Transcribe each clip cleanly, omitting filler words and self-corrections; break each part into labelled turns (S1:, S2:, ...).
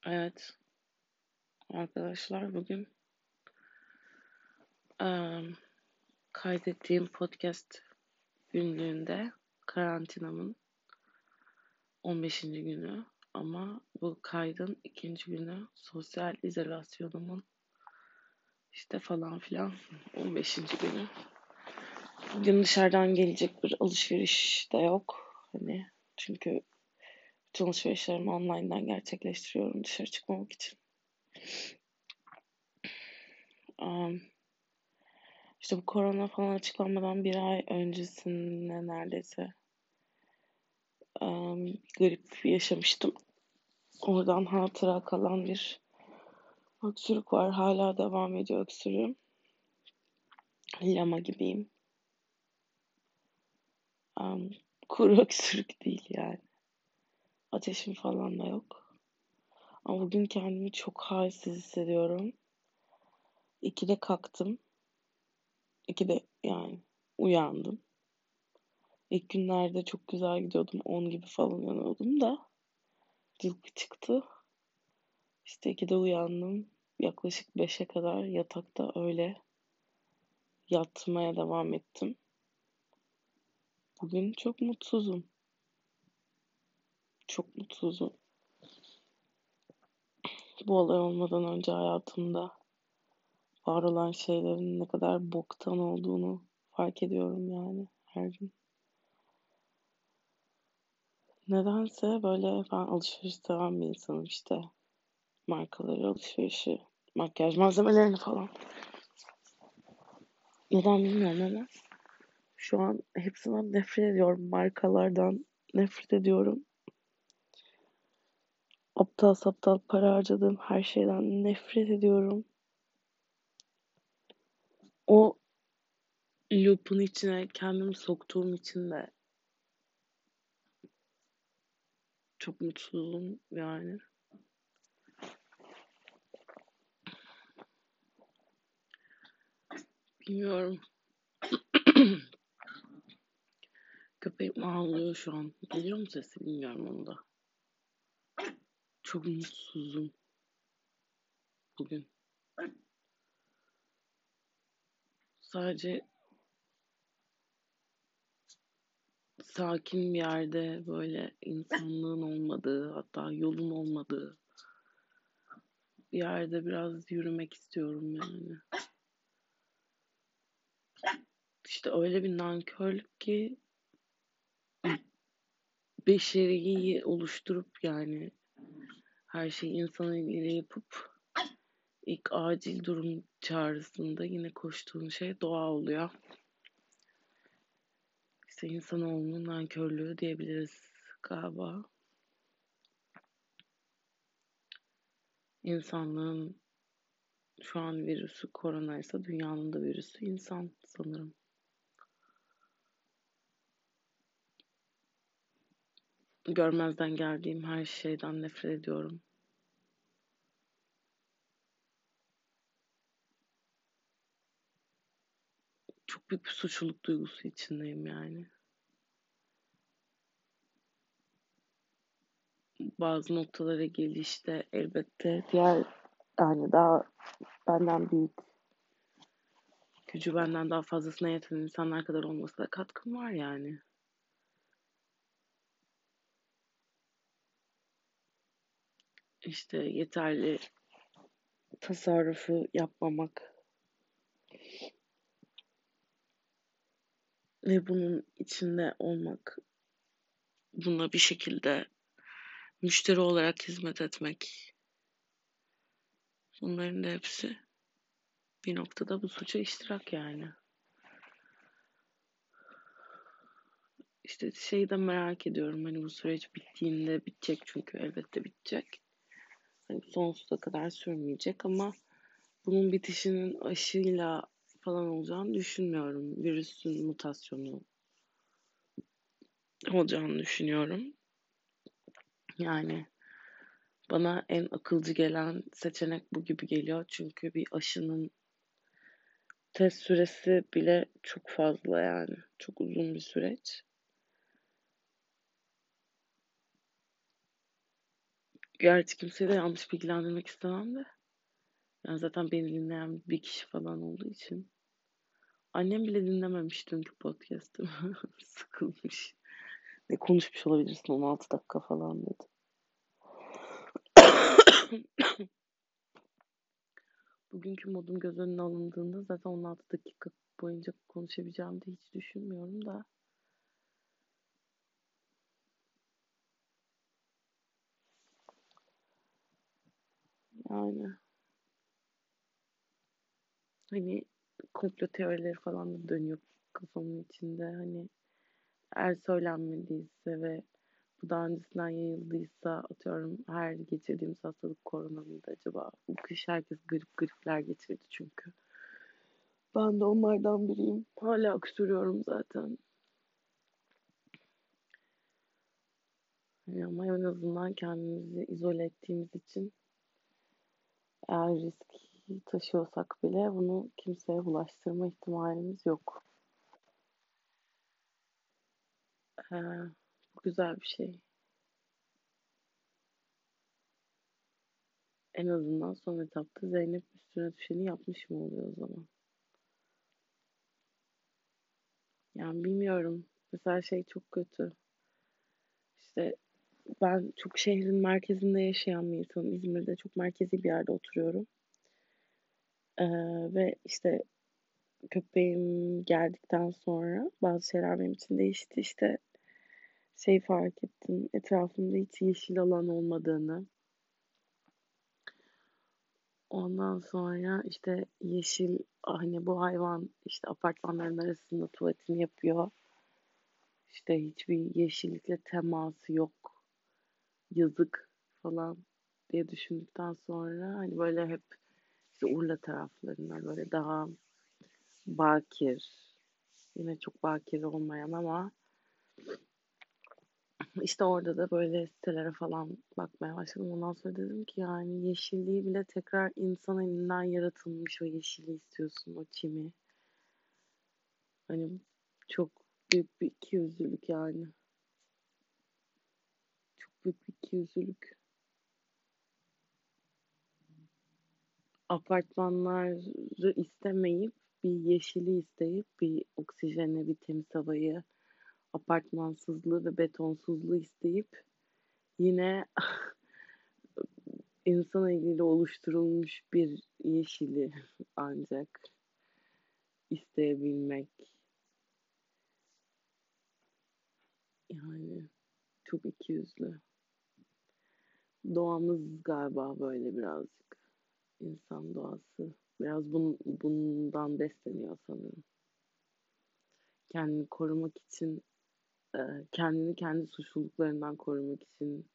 S1: Evet arkadaşlar bugün em, kaydettiğim podcast günlüğünde karantinamın 15. günü ama bu kaydın ikinci günü sosyal izolasyonumun işte falan filan 15. günü. Bugün dışarıdan gelecek bir alışveriş de yok. Hani çünkü bütün alışverişlerimi online'dan gerçekleştiriyorum dışarı çıkmamak için. Em, İşte bu korona falan açıklanmadan bir ay öncesinde neredeyse grip yaşamıştım. Oradan hatıra kalan bir öksürük var. Hala devam ediyor öksürüğüm. Lama gibiyim. Kuru öksürük değil yani. Ateşim falan da yok. Ama bugün kendimi çok halsiz hissediyorum. 2'de kalktım. 2'de yani uyandım. İlk günlerde çok güzel gidiyordum. 10 gibi falan uyanıyordum da. Cılkı çıktı. İşte 2'de uyandım. Yaklaşık 5'e kadar yatakta öyle yatmaya devam ettim. Bugün çok mutsuzum. Çok mutsuzum. Bu olay olmadan önce hayatımda var olan şeylerin ne kadar boktan olduğunu fark ediyorum yani her gün. Nedense böyle ben alışveriş seven bir insanım işte. Markaları alışverişi, makyaj malzemelerini falan. Neden bilmiyorum ama şu an hepsinden nefret ediyorum. Markalardan nefret ediyorum. Aptal saptal para harcadığım her şeyden nefret ediyorum. O loop'un içine kendimi soktuğum için de çok mutsuzum yani. Bilmiyorum. Köpeğim ağlıyor şu an. Geliyor mu sesi bilmiyorum onu da. Çok mutsuzum bugün. Sadece sakin bir yerde böyle insanlığın olmadığı, hatta yolun olmadığı bir yerde biraz yürümek istiyorum yani. İşte öyle bir nankörlük ki beşeriyi oluşturup yani her şeyi insan eliyle yapıp ilk acil durum çağrısında yine koştuğun şey doğa oluyor. İşte insanoğlunun nankörlüğü diyebiliriz galiba. İnsanlığın şu an virüsü korona ise dünyanın da virüsü insan sanırım. Görmezden geldiğim her şeyden nefret ediyorum. Çok büyük bir suçluluk duygusu içindeyim yani. Bazı noktalara gelişte elbette diğer yani daha benden büyük, gücü benden daha fazlasına yeten insanlar kadar olması da katkım var yani. İşte yeterli tasarrufu yapmamak ve bunun içinde olmak, buna bir şekilde müşteri olarak hizmet etmek, bunların da hepsi bir noktada bu suça iştirak yani. İşte şeyi de merak ediyorum, hani bu süreç bittiğinde bitecek, çünkü elbette bitecek. Hani sonsuza kadar sürmeyecek ama bunun bitişinin aşıyla falan olacağını düşünmüyorum. Virüsün mutasyonu olacağını düşünüyorum. Yani bana en akılcı gelen seçenek bu gibi geliyor. Çünkü bir aşının test süresi bile çok fazla yani. Çok uzun bir süreç. Gerçi kimseyi de yanlış bilgilendirmek istemem de. Yani zaten beni dinleyen bir kişi falan olduğu için. Annem bile dinlememiş dünkü podcast'ımı. Sıkılmış. Ne konuşmuş olabilirsin 16 dakika falan dedi. Bugünkü modum göz önüne alındığında zaten 16 dakika boyunca konuşabileceğimi de hiç düşünmüyorum da. Yani hani komplo teorileri falan da dönüyor kafamın içinde. Hani eğer söylenmediyse ve bu daha öncesinden yayıldıysa atıyorum her geçirdiğimiz hastalık korona mıydı acaba? Bu kış herkes gripler geçirdi çünkü. Ben de onlardan biriyim. Hala öksürüyorum zaten. Yani ama en azından kendimizi izole ettiğimiz için eğer risk taşıyorsak bile bunu kimseye bulaştırma ihtimalimiz yok. Bu güzel bir şey. En azından son etapta Zeynep üstüne düşeni yapmış mı oluyor o zaman? Yani bilmiyorum. Mesela şey çok kötü. İşte ben çok şehrin merkezinde yaşayan bir insanım. İzmir'de çok merkezi bir yerde oturuyorum. Ee, ve işte köpeğim geldikten sonra bazı şeyler benim için değişti. İşte şey fark ettim. Etrafımda hiç yeşil alan olmadığını. Ondan sonra işte yeşil hani bu hayvan işte apartmanların arasında tuvaletini yapıyor. İşte hiçbir yeşillikle teması yok. Yazık falan diye düşündükten sonra hani böyle hep işte Urla taraflarında böyle daha bakir, yine çok bakir olmayan ama işte orada da böyle sitelere falan bakmaya başladım. Ondan sonra dedim ki yani yeşilliği bile tekrar insan elinden yaratılmış o yeşili istiyorsun, o çimi. Hani çok büyük bir ikiyüzlülük yani. Çok büyük bir ikiyüzlülük. Apartmanları istemeyip bir yeşili isteyip bir oksijeni, bir temiz havayı, apartmansızlığı ve betonsuzluğu isteyip yine insan eliyle oluşturulmuş bir yeşili ancak isteyebilmek. Yani çok ikiyüzlü. Doğamız galiba böyle birazcık. İnsan doğası. Biraz bundan besleniyor sanırım. Kendini korumak için, kendini kendi suçluluklarından korumak için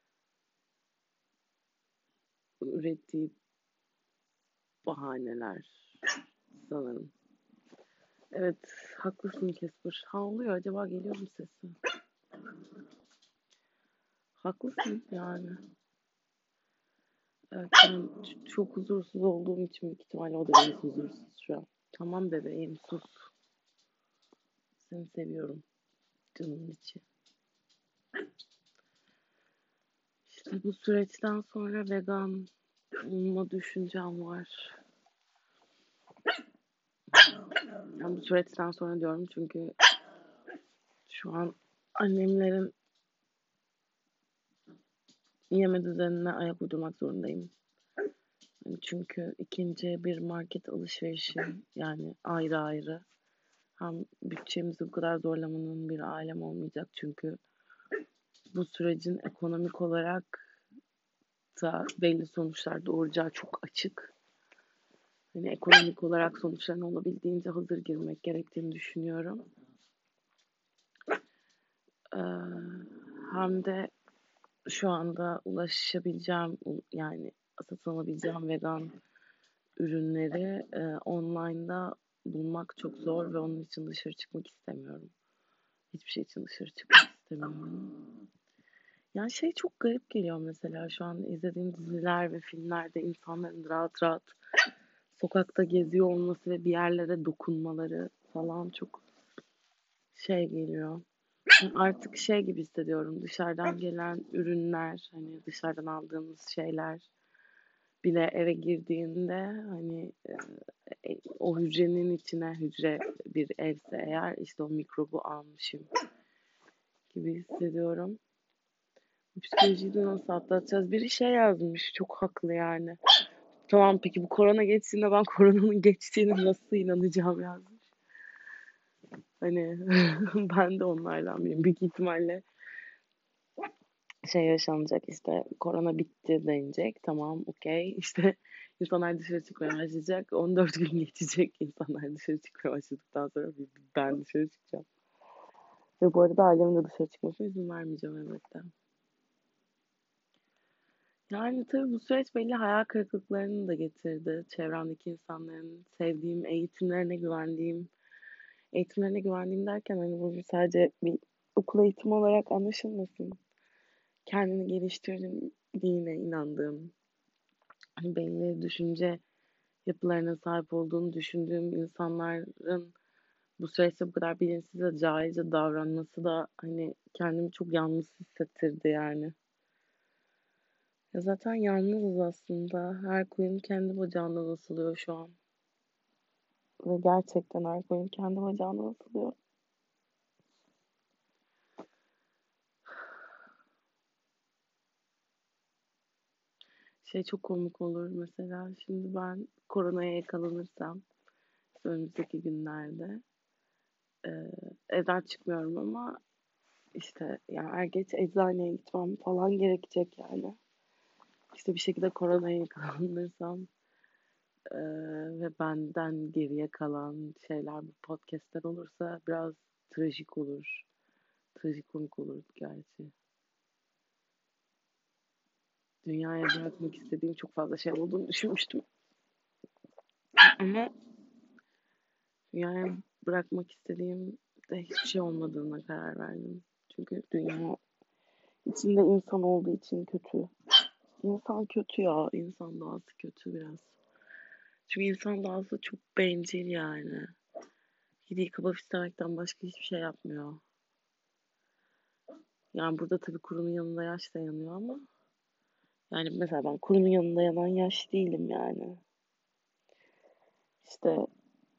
S1: ürettiği bahaneler sanırım. Evet, haklısın Casper. Havlıyor, acaba geliyor mu sesi? Haklısın yani. Evet, ben çok huzursuz olduğum için büyük ihtimalle o da biraz huzursuz şu an. Tamam bebeğim, sus. Seni seviyorum. Canımın içi. İşte bu süreçten sonra vegan olma düşüncem var. Yani bu süreçten sonra diyorum çünkü şu an annemlerin yeme düzenine ayak uydurmak zorundayım. Yani çünkü ikinci bir market alışverişi yani ayrı ayrı. Hem bütçemizi bu kadar zorlamanın bir alem olmayacak çünkü bu sürecin ekonomik olarak da belli sonuçlar doğuracağı çok açık. Yani ekonomik olarak sonuçlarına olabildiğince hazır girmek gerektiğini düşünüyorum. Ee, hem de şu anda ulaşabileceğim yani satın alabileceğim vegan ürünleri online'da bulmak çok zor ve onun için dışarı çıkmak istemiyorum. Hiçbir şey için dışarı çıkmak istemiyorum. Yani şey çok garip geliyor mesela şu an izlediğim diziler ve filmlerde insanların rahat rahat sokakta geziyor olması ve bir yerlere dokunmaları falan çok şey geliyor. Artık şey gibi hissediyorum. Dışarıdan gelen ürünler, hani dışarıdan aldığımız şeyler bile eve girdiğinde hani o hücrenin içine, hücre bir evse eğer, işte o mikrobu almışım gibi hissediyorum. Bu psikolojiyi de nasıl atlatacağız? Biri şey yazmış, çok haklı yani. Tamam, peki bu korona geçtiğinde ben koronanın geçtiğine nasıl inanacağım yazmış. Hani ben de onlardan biriyim. Büyük ihtimalle şey yaşanacak, işte korona bitti denecek. Tamam, okey. İşte insanlar dışarı çıkmaya başlayacak. 14 gün geçecek, insanlar dışarı çıkmaya başladıktan sonra ben dışarı çıkacağım. Ve bu arada ailemin de dışarı çıkmasına izin vermeyeceğim elbette. Yani tabii bu süreç belli hayal kırıklıklarını da getirdi. Çevremdeki insanların, sevdiğim, eğitimlerine güvendiğim derken hani bu sadece bir okul eğitimi olarak anlaşılmasın. Kendini geliştirdiğine inandığım, hani belli düşünce yapılarına sahip olduğunu düşündüğüm insanların bu süreçte bu kadar bilinçsiz ve cahilce davranması da hani kendimi çok yalnız hissettirdi yani. Ya zaten yalnızız aslında. Her koyun kendi bacağından asılıyor şu an. Ve gerçekten her koyun kendi bacağından asılıyor. Şey çok komik olur mesela. Şimdi ben koronaya yakalanırsam önümüzdeki günlerde e, evden çıkmıyorum ama işte yani er geç eczaneye gitmem falan gerekecek yani. İşte bir şekilde koronaya yakalanırsam e, ve benden geriye kalan şeyler bu podcastler olursa biraz trajik olur. Trajikomik olurdu gerçi. Dünyaya bırakmak istediğim çok fazla şey olduğunu düşünmüştüm. Ama dünyaya bırakmak istediğim de hiçbir şey olmadığına karar verdim. Çünkü dünya içinde insan olduğu için kötü. İnsan kötü ya. İnsan doğası kötü biraz. Çünkü insan doğası çok bencil yani. Yediği kebap istemekten başka hiçbir şey yapmıyor. Yani burada tabii kurunun yanında yaş da yanıyor ama yani mesela ben kurunun yanında yanan yaş değilim yani. İşte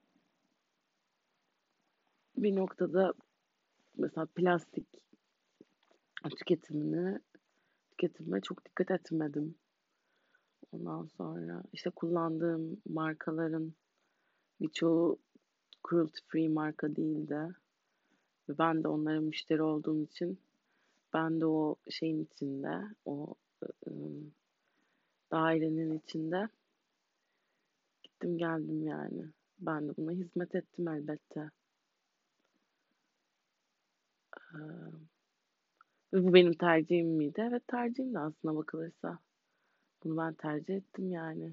S1: bir noktada mesela plastik tüketimine, tüketimime çok dikkat etmedim. Ondan sonra işte kullandığım markaların birçoğu cruelty free marka değildi. Ve ben de onlara müşteri olduğum için ben de o şeyin içinde, o ıı, dairenin içinde gittim geldim yani. Ben de buna hizmet ettim elbette. Ve bu benim tercihim miydi? Evet, tercihim de aslına bakılırsa. Bunu ben tercih ettim yani.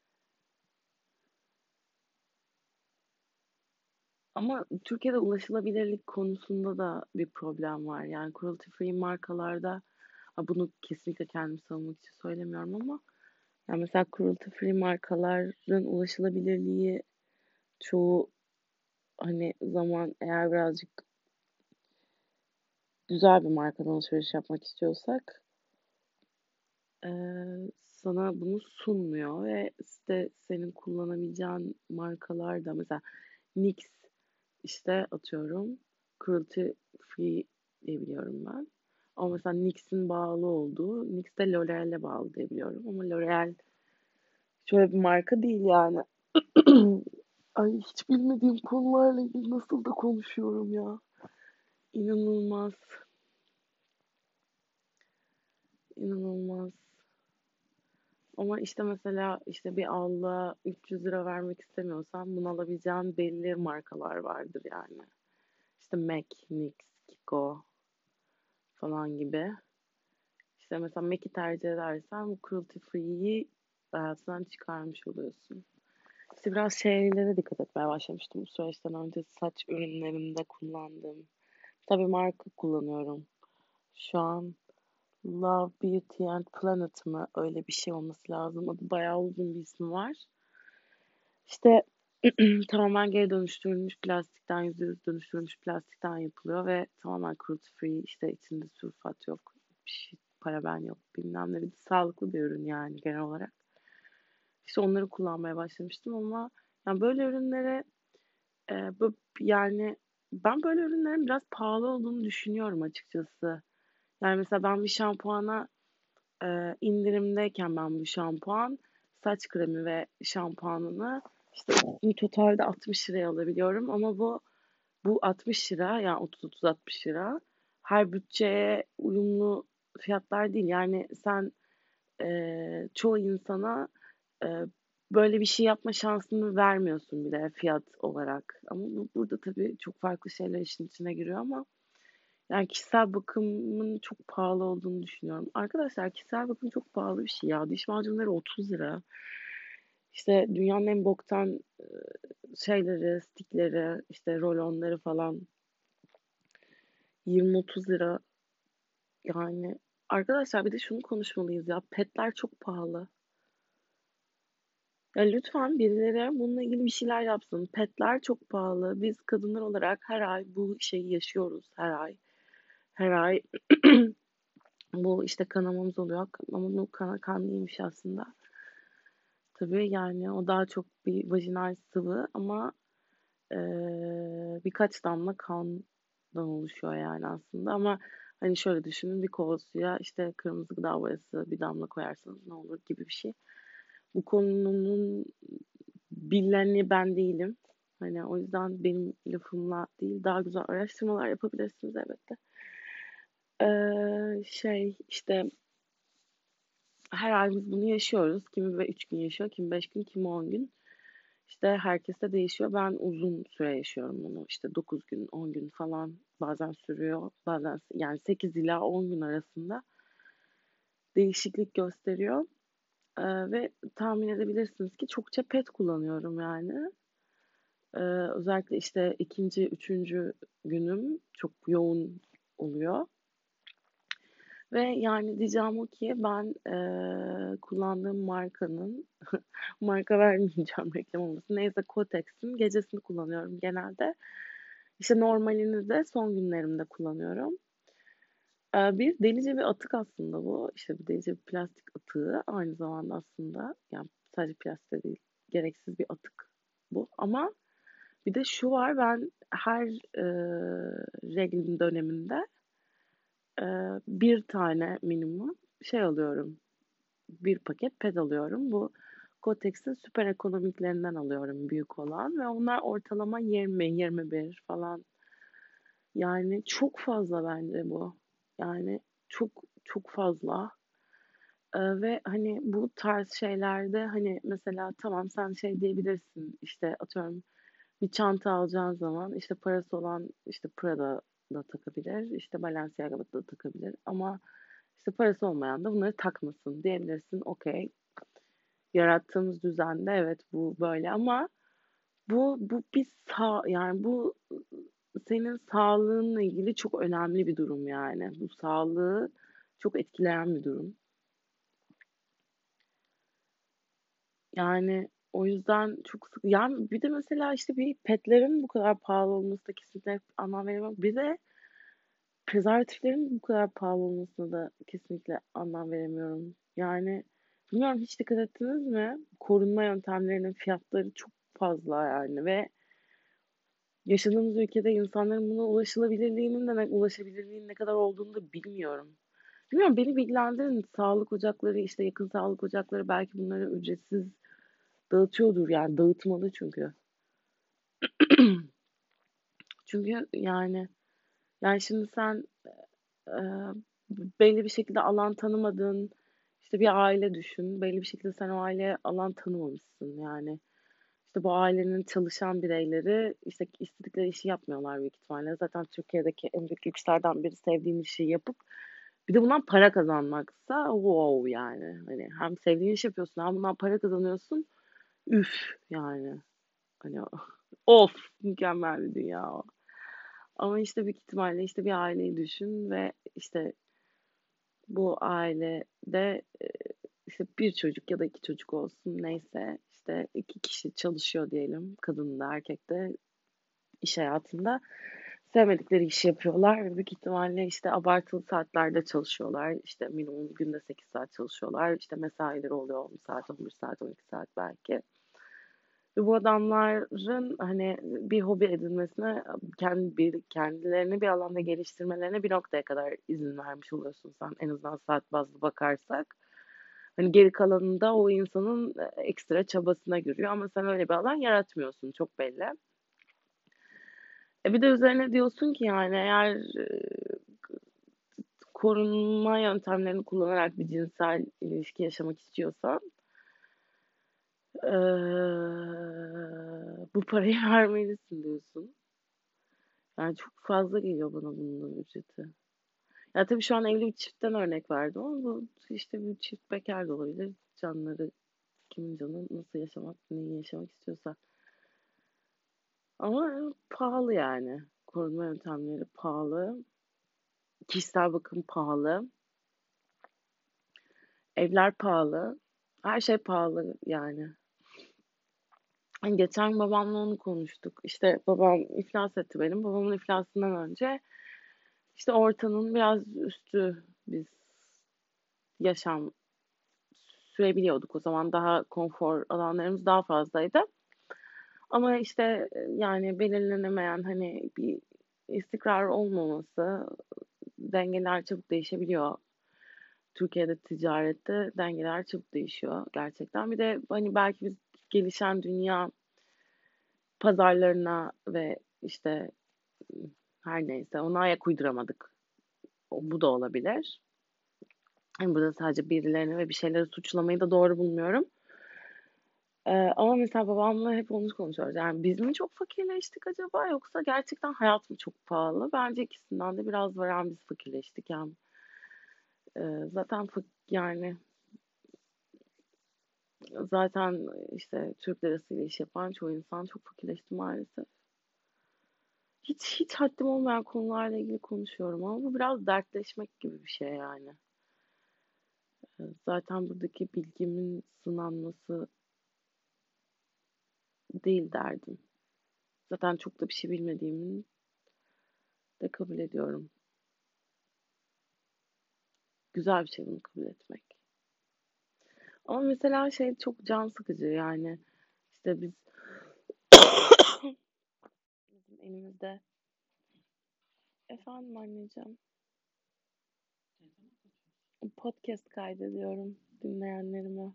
S1: Ama Türkiye'de ulaşılabilirlik konusunda da bir problem var. Yani cruelty free markalarda, bunu kesinlikle kendimi savunmak için söylemiyorum ama yani mesela cruelty free markaların ulaşılabilirliği çoğu hani zaman eğer birazcık güzel bir markadan alışveriş yapmak istiyorsak sana bunu sunmuyor ve işte senin kullanabileceğin markalar da mesela NYX işte atıyorum cruelty free diye biliyorum ben. Ama mesela NYX'in bağlı olduğu, NYX de L'Oreal'e bağlı diye biliyorum. Ama L'Oreal şöyle bir marka değil yani. Ay, hiç bilmediğim konularla ilgili nasıl da konuşuyorum ya. İnanılmaz, inanılmaz. Ama işte mesela işte bir allığa 300 lira vermek istemiyorsan bunu alabileceğin belli markalar vardır yani. İşte MAC, NYX, Kiko falan gibi. İşte mesela MAC'i tercih edersen cruelty free'yi hayatından çıkarmış oluyorsun. İşte biraz şeylere dikkat etmeye başlamıştım bu süreçten önce saç ürünlerimde kullandığım. Tabii marka kullanıyorum. Şu an Love, Beauty and Planet mı? Öyle bir şey olması lazım. Adı bayağı uzun bir ismi var. İşte Tamamen geri dönüştürülmüş plastikten, %100 dönüştürülmüş plastikten yapılıyor ve tamamen cruelty free, işte içinde sülfat yok, bir şey, paraben yok, bilmem ne. Bir de sağlıklı bir ürün yani genel olarak. İşte onları kullanmaya başlamıştım ama yani böyle ürünlere yani ben böyle ürünlerin biraz pahalı olduğunu düşünüyorum açıkçası. Yani mesela ben bir şampuana indirimdeyken ben bu şampuan, saç kremi ve şampuanını işte totalde 60 liraya alabiliyorum ama bu 60 lira, yani 30-60 lira her bütçeye uyumlu fiyatlar değil. Yani sen çoğu insana e, böyle bir şey yapma şansını vermiyorsun bile fiyat olarak. Ama burada tabii çok farklı şeyler işin içine giriyor ama yani kişisel bakımın çok pahalı olduğunu düşünüyorum. Arkadaşlar kişisel bakım çok pahalı bir şey ya. Diş macunları 30 lira. İşte dünyanın en boktan şeyleri, stikleri, işte rolonları falan 20-30 lira. Yani arkadaşlar bir de şunu konuşmalıyız ya. Petler çok pahalı. Ya lütfen birileri bununla ilgili bir şeyler yapsın. Petler çok pahalı. Biz kadınlar olarak her ay bu şeyi yaşıyoruz. Her ay. Her ay bu işte kanamamız oluyor. Ama bu kan değilmiş aslında. Tabii yani o daha çok bir vajinal sıvı ama birkaç damla kandan oluşuyor yani aslında. Ama hani şöyle düşünün, bir kova suya işte kırmızı gıda boyası bir damla koyarsanız ne olur gibi bir şey. Bu konunun bileni ben değilim. Hani o yüzden benim lafımla değil, daha güzel araştırmalar yapabilirsiniz elbette. Şey işte her ay biz bunu yaşıyoruz. Kimi 3 gün yaşıyor, kimi 5 gün, kimi 10 gün. İşte herkeste değişiyor. Ben uzun süre yaşıyorum bunu. İşte 9 gün, 10 gün falan bazen sürüyor. Bazen yani 8 ila 10 gün arasında değişiklik gösteriyor. Ve tahmin edebilirsiniz ki çokça pet kullanıyorum yani. Özellikle işte ikinci, üçüncü günüm çok yoğun oluyor. Ve yani diyeceğim o ki ben kullandığım markanın marka vermeyeceğim reklam olmasın. Neyse Kotex'in gecesini kullanıyorum genelde. İşte normalini de son günlerimde kullanıyorum. Bir delice bir atık aslında bu. İşte bir delice bir plastik atığı aynı zamanda aslında. Yani sadece plastik değil, gereksiz bir atık bu. Ama bir de şu var, ben her regl döneminde bir tane minimum şey alıyorum. Bir paket ped alıyorum. Bu Kotex'in süper ekonomiklerinden alıyorum büyük olan ve onlar ortalama 20-21 falan. Yani çok fazla bence bu. Yani çok çok fazla. Ve hani bu tarz şeylerde hani mesela tamam sen şey diyebilirsin, işte atıyorum bir çanta alacağın zaman işte parası olan işte Prada da takabilir, işte Balenciaga da takabilir ama işte parası olmayan da bunları takmasın diyebilirsin. Okey. Yarattığımız düzende evet bu böyle ama bu bir yani bu senin sağlığınla ilgili çok önemli bir durum yani. Bu sağlığı çok etkileyen bir durum. Yani o yüzden çok sık yani bir de mesela işte bir petlerin bu kadar pahalı olması da kesinlikle anlam veremem. Bir de prezervatiflerin bu kadar pahalı olmasına da kesinlikle anlam veremiyorum. Yani bilmiyorum, hiç dikkat ettiniz mi? Korunma yöntemlerinin fiyatları çok fazla yani ve yaşadığımız ülkede insanların buna ulaşabilirliğinin ne kadar olduğunu da bilmiyorum. Bilmiyorum, beni bilgilendirin. Sağlık ocakları, işte yakın sağlık ocakları belki bunları ücretsiz dağıtıyordur, yani dağıtmalı çünkü. Çünkü yani şimdi sen e, belli bir şekilde alan tanımadığın işte bir aile düşün. Belli bir şekilde sen o aileye alan tanımamışsın yani. İşte bu ailenin çalışan bireyleri işte istedikleri işi yapmıyorlar büyük ihtimalle. Zaten Türkiye'deki en büyük lükslerden biri sevdiğin işi yapıp bir de bundan para kazanmaksa wow yani. Hani hem sevdiğin iş yapıyorsun hem bundan para kazanıyorsun. Üf yani. Hani of, mükemmel bir dünya o. Ama işte büyük ihtimalle işte bir aileyi düşün ve işte bu ailede işte bir çocuk ya da iki çocuk olsun neyse işte iki kişi çalışıyor diyelim. Kadın da erkek de iş hayatında sevmedikleri işi yapıyorlar ve büyük ihtimalle işte abartılı saatlerde çalışıyorlar. İşte minimum günde 8 saat çalışıyorlar. İşte mesaileri oluyor 10 saat, 11 saat, 12 saat belki. Ve bu adamların hani bir hobi edinmesine, kendilerini bir alanda geliştirmelerine bir noktaya kadar izin vermiş oluyorsun sen. En azından saat bazlı bakarsak. Hani geri kalanında o insanın ekstra çabasına giriyor ama sen öyle bir alan yaratmıyorsun çok belli. Bir de üzerine diyorsun ki yani eğer korunma yöntemlerini kullanarak bir cinsel ilişki yaşamak istiyorsan bu parayı vermelisin diyorsun. Yani çok fazla geliyor bana bunun ücreti. Ya tabii şu an evli bir çiftten örnek verdim ama bu işte bir çift bekar da olabilir. Canları kimin canı nasıl yaşamak, neyi yaşamak istiyorsa. Ama pahalı yani. Korunma yöntemleri pahalı. Kişisel bakım pahalı. Evler pahalı. Her şey pahalı yani. Hani geçen babamla onu konuştuk. İşte babam iflas etti benim. Babamın iflasından önce işte ortanın biraz üstü biz yaşam sürebiliyorduk. O zaman daha konfor alanlarımız daha fazlaydı. Ama işte yani belirlenemeyen hani bir istikrar olmaması, dengeler çabuk değişebiliyor. Türkiye'de ticarette dengeler çabuk değişiyor gerçekten. Bir de hani belki biz gelişen dünya pazarlarına ve işte her neyse ona ayak uyduramadık. Bu da olabilir. Yani burada sadece birilerini ve bir şeyleri suçlamayı da doğru bulmuyorum. Ama mesela babamla hep onu konuşuyoruz. Yani biz mi çok fakirleştik acaba yoksa gerçekten hayat mı çok pahalı? Bence ikisinden de biraz var. Hem biz fakirleştik hem zaten yani zaten işte Türk lirasıyla iş yapan çoğu insan çok fakirleşti maalesef. Hiç haddim olmayan konularla ilgili konuşuyorum ama bu biraz dertleşmek gibi bir şey yani. Zaten buradaki bilgimin sınanması değil derdim. Zaten çok da bir şey bilmediğimi de kabul ediyorum. Güzel bir şey bunu kabul etmek. Ama mesela şey çok can sıkıcı yani. İşte bizim elimizde efendim anneciğim podcast kaydediyorum dinleyenlerime.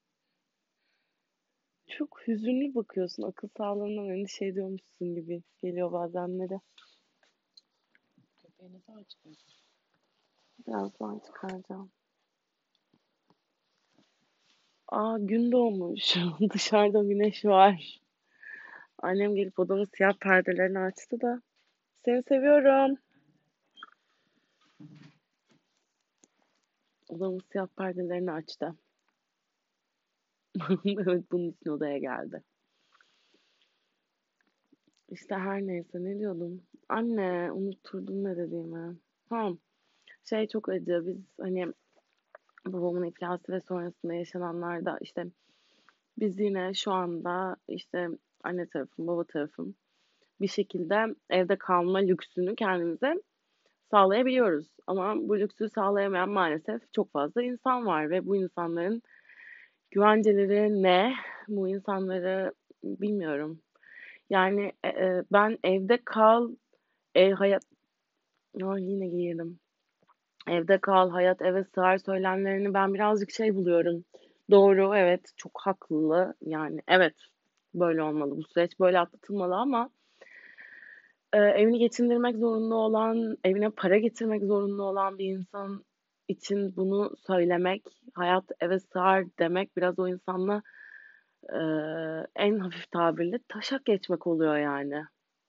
S1: Çok hüzünlü bakıyorsun. Akıl sağlığından endişe ediyormuşsun gibi geliyor bazenleri. Köpeği ne zaman çıkıyorsun? Birazdan çıkaracağım. Gün doğmuş. Dışarıda güneş var. Annem gelip odamın siyah perdelerini açtı da. Seni seviyorum. Odamın siyah perdelerini açtı. Evet bunun için odaya geldi. İşte her neyse ne diyordum. Anne unutturdum ne dediğimi. Ha, şey çok acı. Biz hani babamın iflası ve sonrasında yaşananlarda işte biz yine şu anda işte anne tarafım, baba tarafım bir şekilde evde kalma lüksünü kendimize sağlayabiliyoruz. Ama bu lüksü sağlayamayan maalesef çok fazla insan var ve bu insanların güvenceleri ne? Bu insanları bilmiyorum. Yani ben evde kal, hayat... Ay, yine giyirdim. Evde kal, hayat eve sığar söylemlerini ben birazcık şey buluyorum. Doğru, evet, çok haklı. Yani evet, böyle olmalı. Bu süreç böyle atlatılmalı ama evini geçindirmek zorunda olan, evine para getirmek zorunda olan bir insan için bunu söylemek, hayat eve sığar demek biraz o insanla en hafif tabirle taşak geçmek oluyor yani.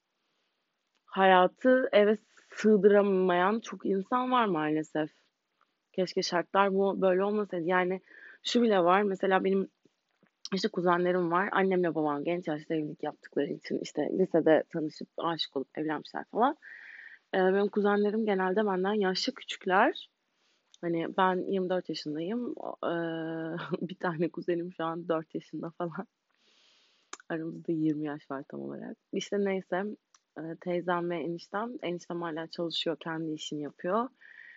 S1: Hayatı eve sığdıramayan çok insan var maalesef. Keşke şartlar bu böyle olmasaydı. Yani şu bile var. Mesela benim işte kuzenlerim var. Annemle babam genç yaşta evlilik yaptıkları için işte lisede tanışıp aşık olup evlenmişler falan. Benim kuzenlerim genelde benden yaşça küçükler. Hani ben 24 yaşındayım. Bir tane kuzenim şu an 4 yaşında falan. Aramızda 20 yaş var tam olarak. İşte neyse, teyzem ve eniştem. Eniştem hala çalışıyor, kendi işini yapıyor.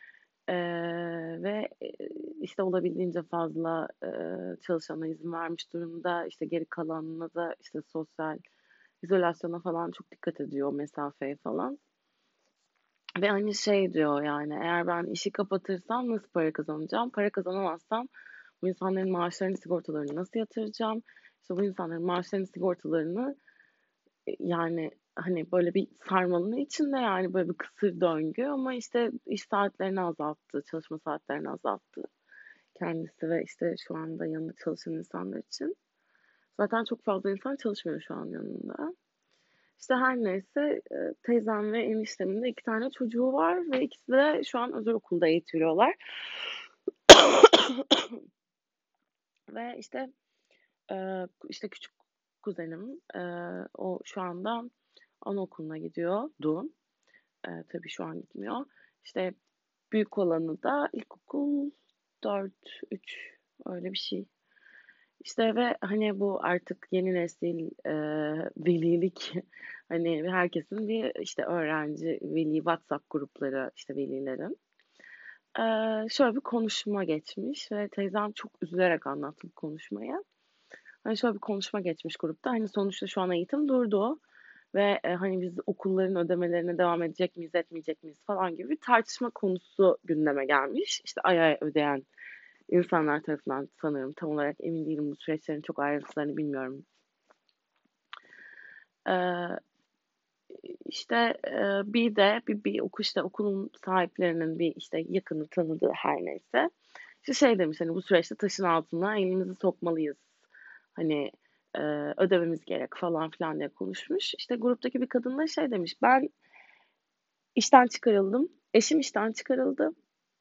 S1: Ve işte olabildiğince fazla çalışana izin vermiş durumda. İşte geri kalanına da işte sosyal izolasyona falan çok dikkat ediyor, mesafeye falan. Ve hani şey diyor, yani eğer ben işi kapatırsam nasıl para kazanacağım? Para kazanamazsam bu insanların maaşlarını, sigortalarını nasıl yatıracağım? İşte bu insanların maaşlarını, sigortalarını yani hani böyle bir sarmalının içinde, yani böyle bir kısır döngü, ama işte iş saatlerini azalttı, çalışma saatlerini azalttı kendisi ve işte şu anda yanında çalışan insanlar için. Zaten çok fazla insan çalışmıyor şu an yanında. İşte her neyse, teyzem ve eniştemin de 2 tane çocuğu var ve ikisi de şu an özel okulda eğitiliyorlar. Ve işte küçük kuzenim, o şu anda anaokuluna gidiyordu. Tabii şu an gitmiyor. İşte büyük olanı da ilkokul 4, 3, öyle bir şey. İşte ve hani bu artık yeni nesil velilik, hani herkesin bir işte öğrenci veli WhatsApp grupları, işte velilerin. Şöyle bir konuşma geçmiş ve teyzem çok üzülerek anlattı bu konuşmayı. Hani şöyle bir konuşma geçmiş grupta. Hani sonuçta şu an eğitim durdu ve hani biz okulların ödemelerine devam edecek miyiz, etmeyecek miyiz falan gibi bir tartışma konusu gündeme gelmiş. İşte ay ay ödeyen insanlar tarafından, sanırım, tam olarak emin değilim, bu süreçlerin çok ayrıntılarını bilmiyorum. Ee, işte bir de işte okulun sahiplerinin bir işte yakını, tanıdığı, her neyse. İşte şey demiş, hani bu süreçte taşın altına elimizi sokmalıyız. Hani e, ödememiz gerek falan filan diye konuşmuş. İşte gruptaki bir kadın da şey demiş: ben işten çıkarıldım. Eşim işten çıkarıldı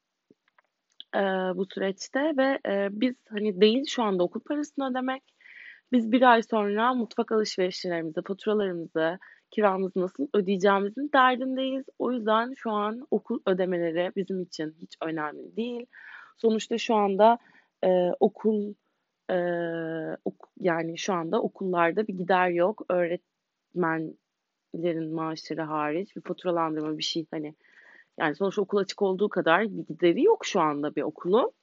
S1: bu süreçte ve biz hani değil şu anda okul parasını ödemek. Biz bir ay sonra mutfak alışverişlerimizi, faturalarımızı, kiramızı nasıl ödeyeceğimizin derdindeyiz. O yüzden şu an okul ödemeleri bizim için hiç önemli değil. Sonuçta şu anda okul e, yani şu anda okullarda bir gider yok. Öğretmenlerin maaşları hariç bir faturalandırma, bir şey, hani yani sonuçta okul açık olduğu kadar bir gideri yok şu anda bir okulun.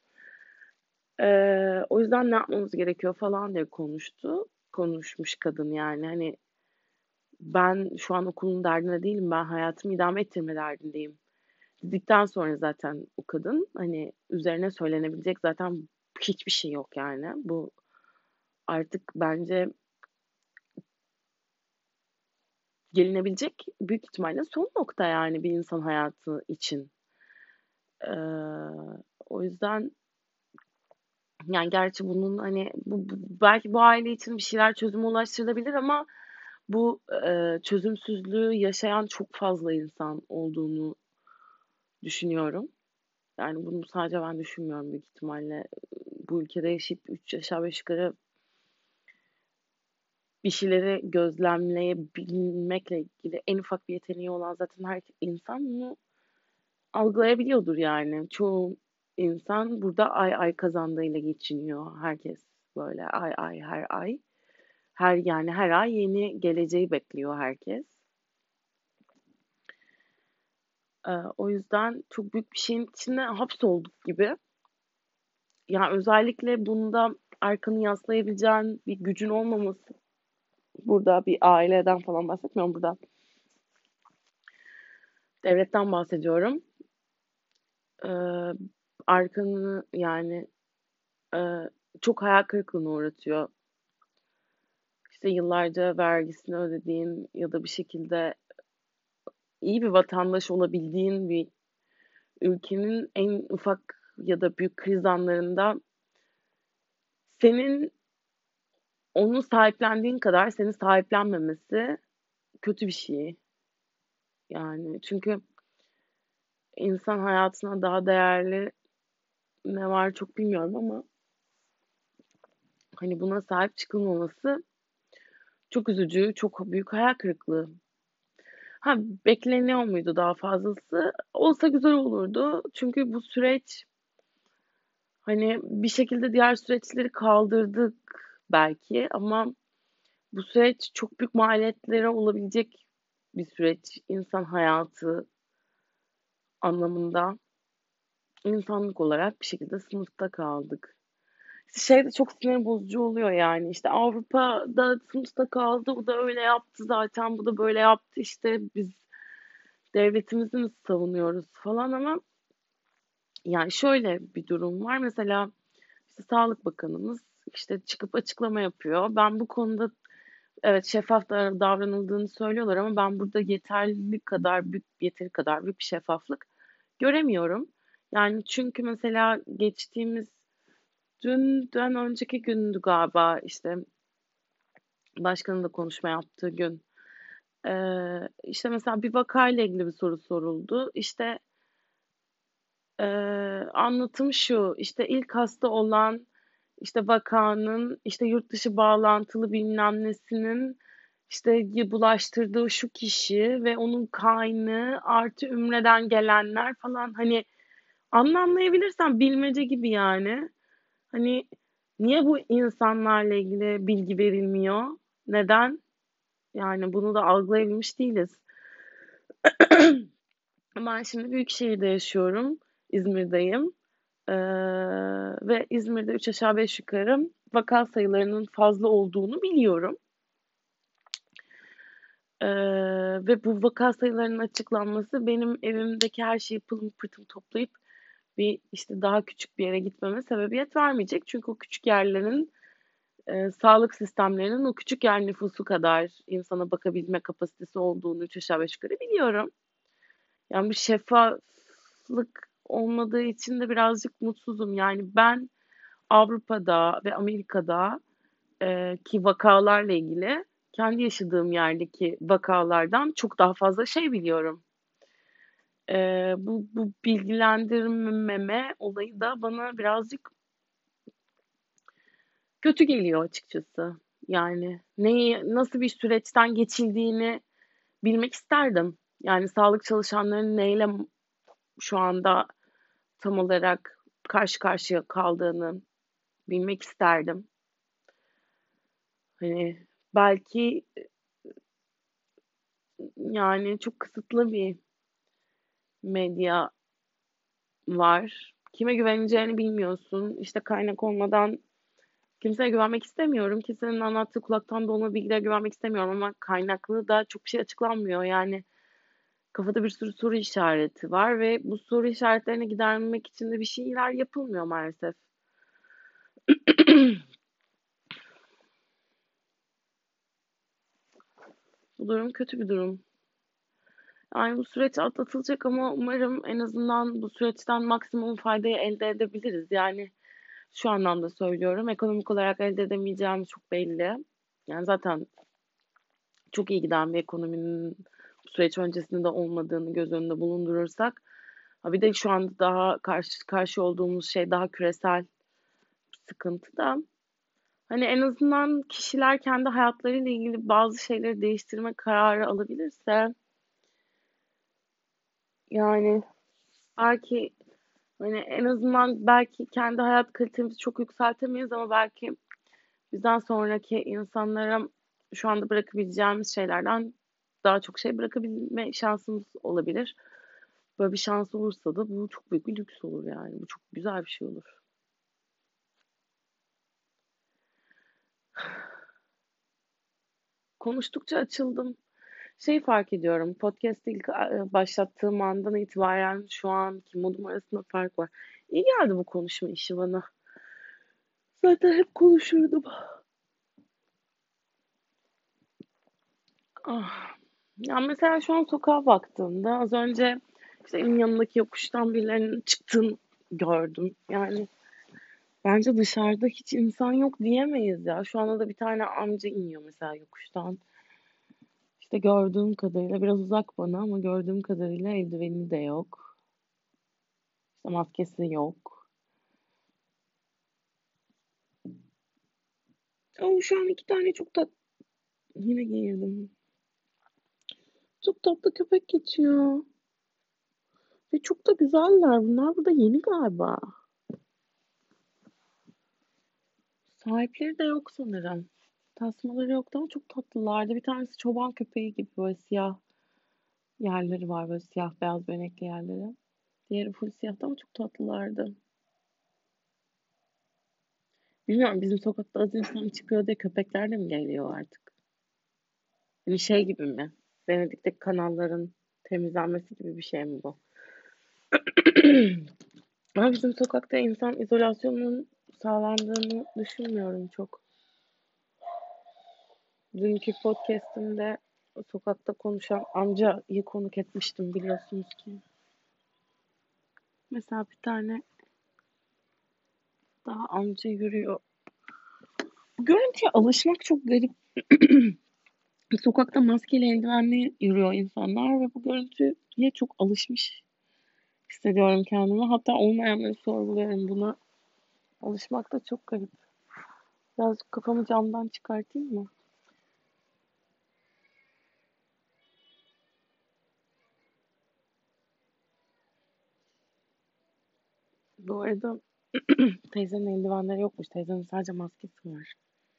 S1: O yüzden ne yapmamız gerekiyor falan diye konuşmuş kadın, yani hani ben şu an okulun derdinde değilim, ben hayatımı idame ettirme derdindeyim dedikten sonra zaten o kadın, hani üzerine söylenebilecek zaten hiçbir şey yok yani. Bu artık bence gelinebilecek büyük ihtimalle son nokta, yani bir insan hayatı için. O yüzden yani gerçi bunun hani belki bu aile için bir şeyler çözüme ulaştırılabilir, ama bu çözümsüzlüğü yaşayan çok fazla insan olduğunu düşünüyorum. Yani bunu sadece ben düşünmüyorum büyük ihtimalle. Bu ülkede yaşayıp 3 aşağı 5 yukarı bir şeyleri gözlemleyebilmekle ilgili en ufak bir yeteneği olan zaten her insan bunu algılayabiliyordur yani. Çoğu insan burada ay ay kazandığıyla geçiniyor. Herkes böyle ay ay her ay. Yani her ay yeni geleceği bekliyor herkes. O yüzden çok büyük bir şeyin içine hapsolduk gibi. Yani özellikle bunda arkanı yaslayabileceğin bir gücün olmaması, burada bir aileden falan bahsetmiyorum, burada devletten bahsediyorum. Ee, Arkanı yani e, çok hayal kırıklığına uğratıyor. İşte yıllarca vergisini ödediğin ya da bir şekilde iyi bir vatandaş olabildiğin bir ülkenin en ufak ya da büyük kriz anlarında senin onu sahiplendiğin kadar seni sahiplenmemesi kötü bir şey. Yani çünkü insan hayatına daha değerli ne var çok bilmiyorum, ama hani buna sahip çıkılmaması çok üzücü, çok büyük hayal kırıklığı. Ha, bekleniyor muydu daha fazlası? Olsa güzel olurdu. Çünkü bu süreç Hani bir şekilde diğer süreçleri kaldırdık belki ama bu süreç çok büyük maliyetlere olabilecek bir süreç. İnsan hayatı anlamında insanlık olarak bir şekilde sınıfta kaldık. Şey de çok sinir bozucu oluyor yani. İşte Avrupa'da sınıfta kaldı, o da öyle yaptı zaten, bu da böyle yaptı. İşte biz devletimizi mi savunuyoruz falan ama yani şöyle bir durum var. Mesela işte Sağlık Bakanımız işte çıkıp açıklama yapıyor. Ben bu konuda evet şeffaf davranıldığını söylüyorlar ama ben burada yeteri kadar büyük bir şeffaflık göremiyorum. Yani çünkü mesela dünden önceki gündü galiba işte başkanın da konuşma yaptığı gün. İşte mesela bir vakayla ilgili bir soru soruldu. İşte anlatım şu, işte ilk hasta olan işte vakanın işte yurt dışı bağlantılı bilmem nesinin işte bulaştırdığı şu kişi ve onun kaynı artı ümreden gelenler falan hani anlamlayabilirsen bilmece gibi yani. Hani niye bu insanlarla ilgili bilgi verilmiyor? Neden? Yani bunu da algılayabilmiş değiliz. Ben şimdi büyük şehirde yaşıyorum. İzmir'deyim. Ee, ve İzmir'de 3 aşağı 5 yukarı vaka sayılarının fazla olduğunu biliyorum. Ee, ve bu vaka sayılarının açıklanması benim evimdeki her şeyi pılım pırtım toplayıp bir işte daha küçük bir yere gitmeme sebebiyet vermeyecek. Çünkü o küçük yerlerin sağlık sistemlerinin o küçük yer nüfusu kadar insana bakabilme kapasitesi olduğunu 3 aşağı 5 yukarı biliyorum. Yani bir şeffaflık olmadığı için de birazcık mutsuzum. Yani ben Avrupa'da ve Amerika'da ki vakalarla ilgili kendi yaşadığım yerdeki vakalardan çok daha fazla şey biliyorum. Bu bilgilendirmeme olayı da bana birazcık kötü geliyor açıkçası. Yani nasıl bir süreçten geçildiğini bilmek isterdim. Yani sağlık çalışanlarının neyle şu anda tam olarak karşı karşıya kaldığını bilmek isterdim. Hani belki yani çok kısıtlı bir medya var. Kime güveneceğini bilmiyorsun. İşte kaynak olmadan kimseye güvenmek istemiyorum. Kimsenin anlattığı kulaktan dolma bilgilere güvenmek istemiyorum ama kaynaklı da çok bir şey açıklanmıyor. Yani kafada bir sürü soru işareti var ve bu soru işaretlerini gidermek için de bir şeyler yapılmıyor maalesef. Bu durum kötü bir durum. Yani bu süreç atlatılacak ama umarım en azından bu süreçten maksimum faydayı elde edebiliriz. Yani şu anlamda söylüyorum. Ekonomik olarak elde edemeyeceğimiz çok belli. Yani zaten çok iyi giden bir ekonominin bu süreç öncesinde de olmadığını göz önünde bulundurursak. Ha bir de şu anda daha karşı olduğumuz şey daha küresel sıkıntı da. Hani en azından kişiler kendi hayatlarıyla ilgili bazı şeyleri değiştirme kararı alabilirse yani belki hani en azından belki kendi hayat kalitemizi çok yükseltemeyiz ama belki bizden sonraki insanlara şu anda bırakabileceğimiz şeylerden daha çok şey bırakabilme şansımız olabilir. Böyle bir şans olursa da bu çok büyük bir lüks olur yani. Bu çok güzel bir şey olur. Konuştukça açıldım. Şey fark ediyorum. Podcast ilk başlattığım andan itibaren şu anki modum arasında fark var. İyi geldi bu konuşma işi bana. Zaten hep konuşurdum. Ah. Ya mesela şu an sokağa baktığımda az önce işte evin yanındaki yokuştan birilerinin çıktığını gördüm. Yani bence dışarıda hiç insan yok diyemeyiz ya. Şu anda da bir tane amca iniyor mesela yokuştan. İşte gördüğüm kadarıyla biraz uzak bana ama gördüğüm kadarıyla eldiveni de yok. İşte maskesi yok. Ama şu an iki tane çok tatlı yine giyirdim. Çok tatlı köpek geçiyor. Ve çok da güzeller. Bunlar burada yeni galiba. Sahipleri de yok sanırım. Tasmaları yoktu ama çok tatlılardı. Bir tanesi çoban köpeği gibi böyle siyah yerleri var. Böyle siyah beyaz benekli yerleri. Diğeri full siyahtı ama çok tatlılardı. Bilmiyorum bizim sokakta az insan çıkıyor diye köpekler de mi geliyor artık? Hani şey gibi mi? Venedik'teki kanalların temizlenmesi gibi bir şey mi bu? Ama bizim sokakta insan izolasyonunun sağlandığını düşünmüyorum çok. Dünkü podcast'imde sokakta konuşan amcayı konuk etmiştim biliyorsunuz ki. Mesela bir tane daha amca yürüyor. Bu görüntüye alışmak çok garip. Sokakta maskeli eldivenli yürüyor insanlar ve bu görüntüye çok alışmış hissediyorum kendimi. Hatta olmayanları sorguluyorum buna. Alışmak da çok garip. Birazcık kafamı camdan çıkartayım mı? Bu arada teyzenin eldivenleri yokmuş. Teyzenin sadece maskesi var.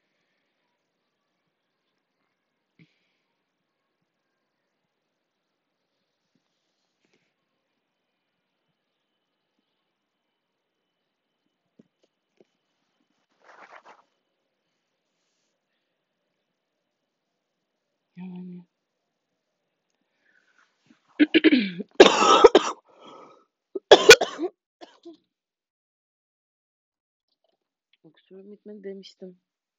S1: Yani öksürüğüm bitmedi demiştim.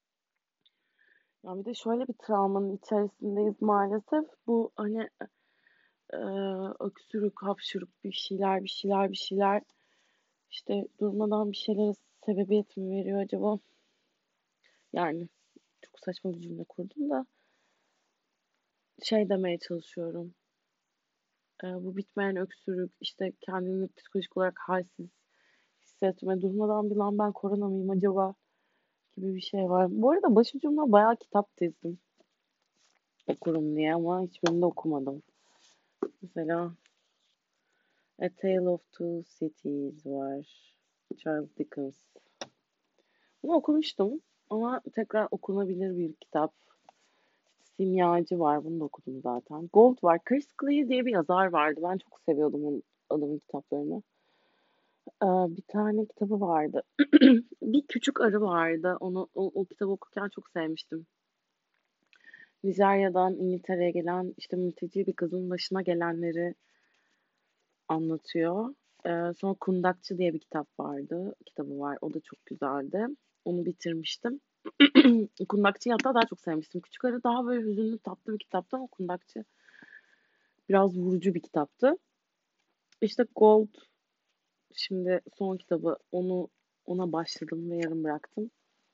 S1: Ya bir de şöyle bir travmanın içerisindeyiz maalesef. Bu hani e, öksürük, hapşuruk bir şeyler işte durmadan bir şeylere sebebiyet mi veriyor acaba? Yani çok saçma bir cümle kurdum da şey demeye çalışıyorum. Bu bitmeyen öksürük, işte kendini psikolojik olarak halsiz hissetme, durmadan bir lan ben korona mıyım acaba gibi bir şey var. Bu arada başucumda bayağı kitap dizdim okurum diye ama hiçbirini de okumadım. Mesela A Tale of Two Cities var. Charles Dickens. Bunu okumuştum ama tekrar okunabilir bir kitap. Simyacı var. Bunu da okudum zaten. Gold var. Chris Clear diye bir yazar vardı. Ben çok seviyordum onun adamın kitaplarını. Bir tane kitabı vardı. Bir küçük arı vardı. O kitabı okurken çok sevmiştim. Nijerya'dan İngiltere'ye gelen işte mülteci bir kızın başına gelenleri anlatıyor. Sonra Kundakçı diye bir kitap vardı. Kitabı var. O da çok güzeldi. Onu bitirmiştim. Kundakçı'yı hatta daha çok sevmiştim. Küçük Arı daha böyle hüzünlü tatlı bir kitaptı ama Kundakçı biraz vurucu bir kitaptı. İşte Gold şimdi son kitabı ona başladım ve yarım bıraktım.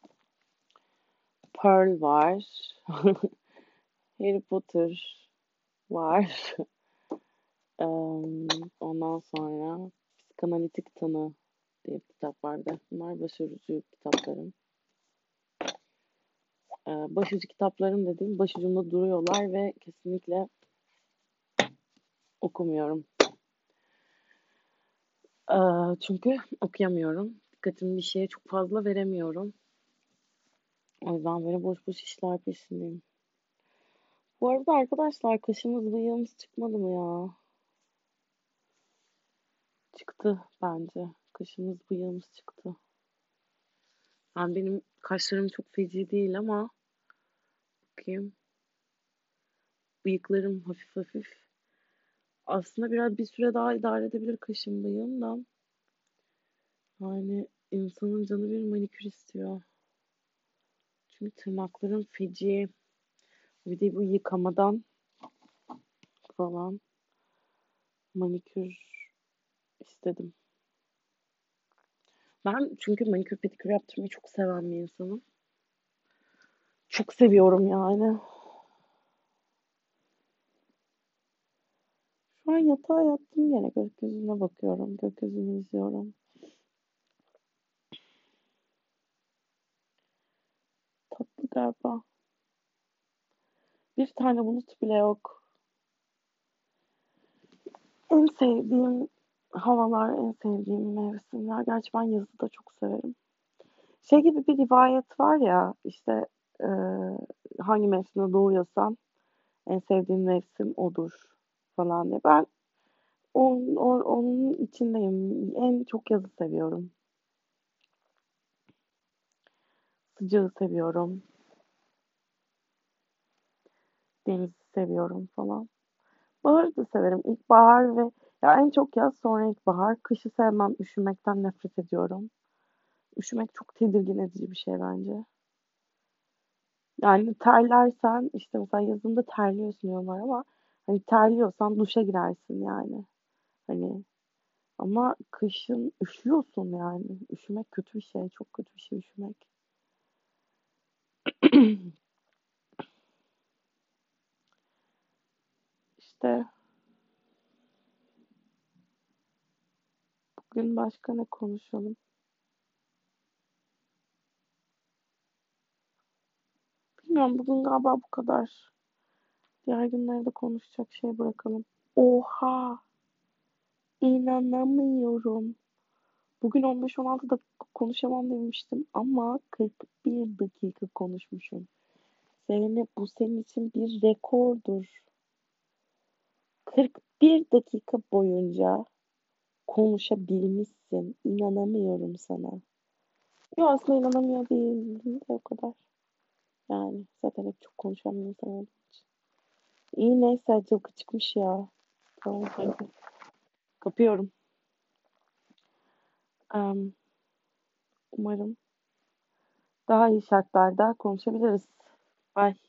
S1: Pearl var. Harry Potter var. Ondan sonra Psikanalitik Tanı diye bir kitap vardı. Bunlar başucu kitaplarım. Başucu kitaplarım dediğim başucumda duruyorlar ve kesinlikle okumuyorum. Çünkü okuyamıyorum. Dikkatimi bir şeye çok fazla veremiyorum. O yüzden böyle boş boş işler peşindeyim. Bu arada arkadaşlar kaşımız bıyığımız çıkmadı mı ya? Çıktı bence. Kaşımız bıyığımız çıktı. Yani benim kaşlarım çok feci değil ama bakayım. Bıyıklarım hafif hafif. Aslında biraz bir süre daha idare edebilir kaşım bıyığım da. Yani insanın canı bir manikür istiyor. Çünkü tırnaklarım feci. Bir de bu yıkamadan falan manikür istedim. Ben çünkü manikür pedikür yaptırmayı çok seven bir insanım. Çok seviyorum yani. Şu an yatağa yattım yine gökyüzüne bakıyorum. Gökyüzünü izliyorum. Tatlı galiba. Bir tane bulut bile yok. En sevdiğim havalar, en sevdiğim mevsimler. Gerçi ben yazı da çok severim. Şey gibi bir rivayet var ya işte e, hangi mevsimde doğuyorsan en sevdiğin mevsim odur falan diye. Ben onun içindeyim. En çok yazı seviyorum. Sıcağı seviyorum. Denizi seviyorum falan. Baharı da severim. İlkbahar ve ya en çok yaz sonra ilkbahar. Kışı sevmem. Üşümekten nefret ediyorum. Üşümek çok tedirgin edici bir şey bence. Yani terlersen işte mesela yazında terliyorsun diyorlar ama hani terliyorsan duşa girersin yani. Hani ama kışın üşüyorsun yani. Üşümek kötü bir şey. Çok kötü bir şey üşümek. İşte bugün başka ne konuşalım? Bilmiyorum bugün galiba bu kadar. Diğer günlerde konuşacak şey bırakalım. Oha! İnanamıyorum. Bugün 15-16 dakika konuşamam demiştim ama 41 dakika konuşmuşum. Zeynep bu senin için bir rekordur. 41 dakika boyunca konuşabilmişsin. İnanamıyorum sana. Yok aslında inanamıyor değilim de o kadar. Yani zaten hep çok konuşan bir insan olduğum için. İyi neyse cılkı çıkmış ya. Tamam hadi. Kapıyorum. Em, umarım daha iyi şartlarda konuşabiliriz. Bye.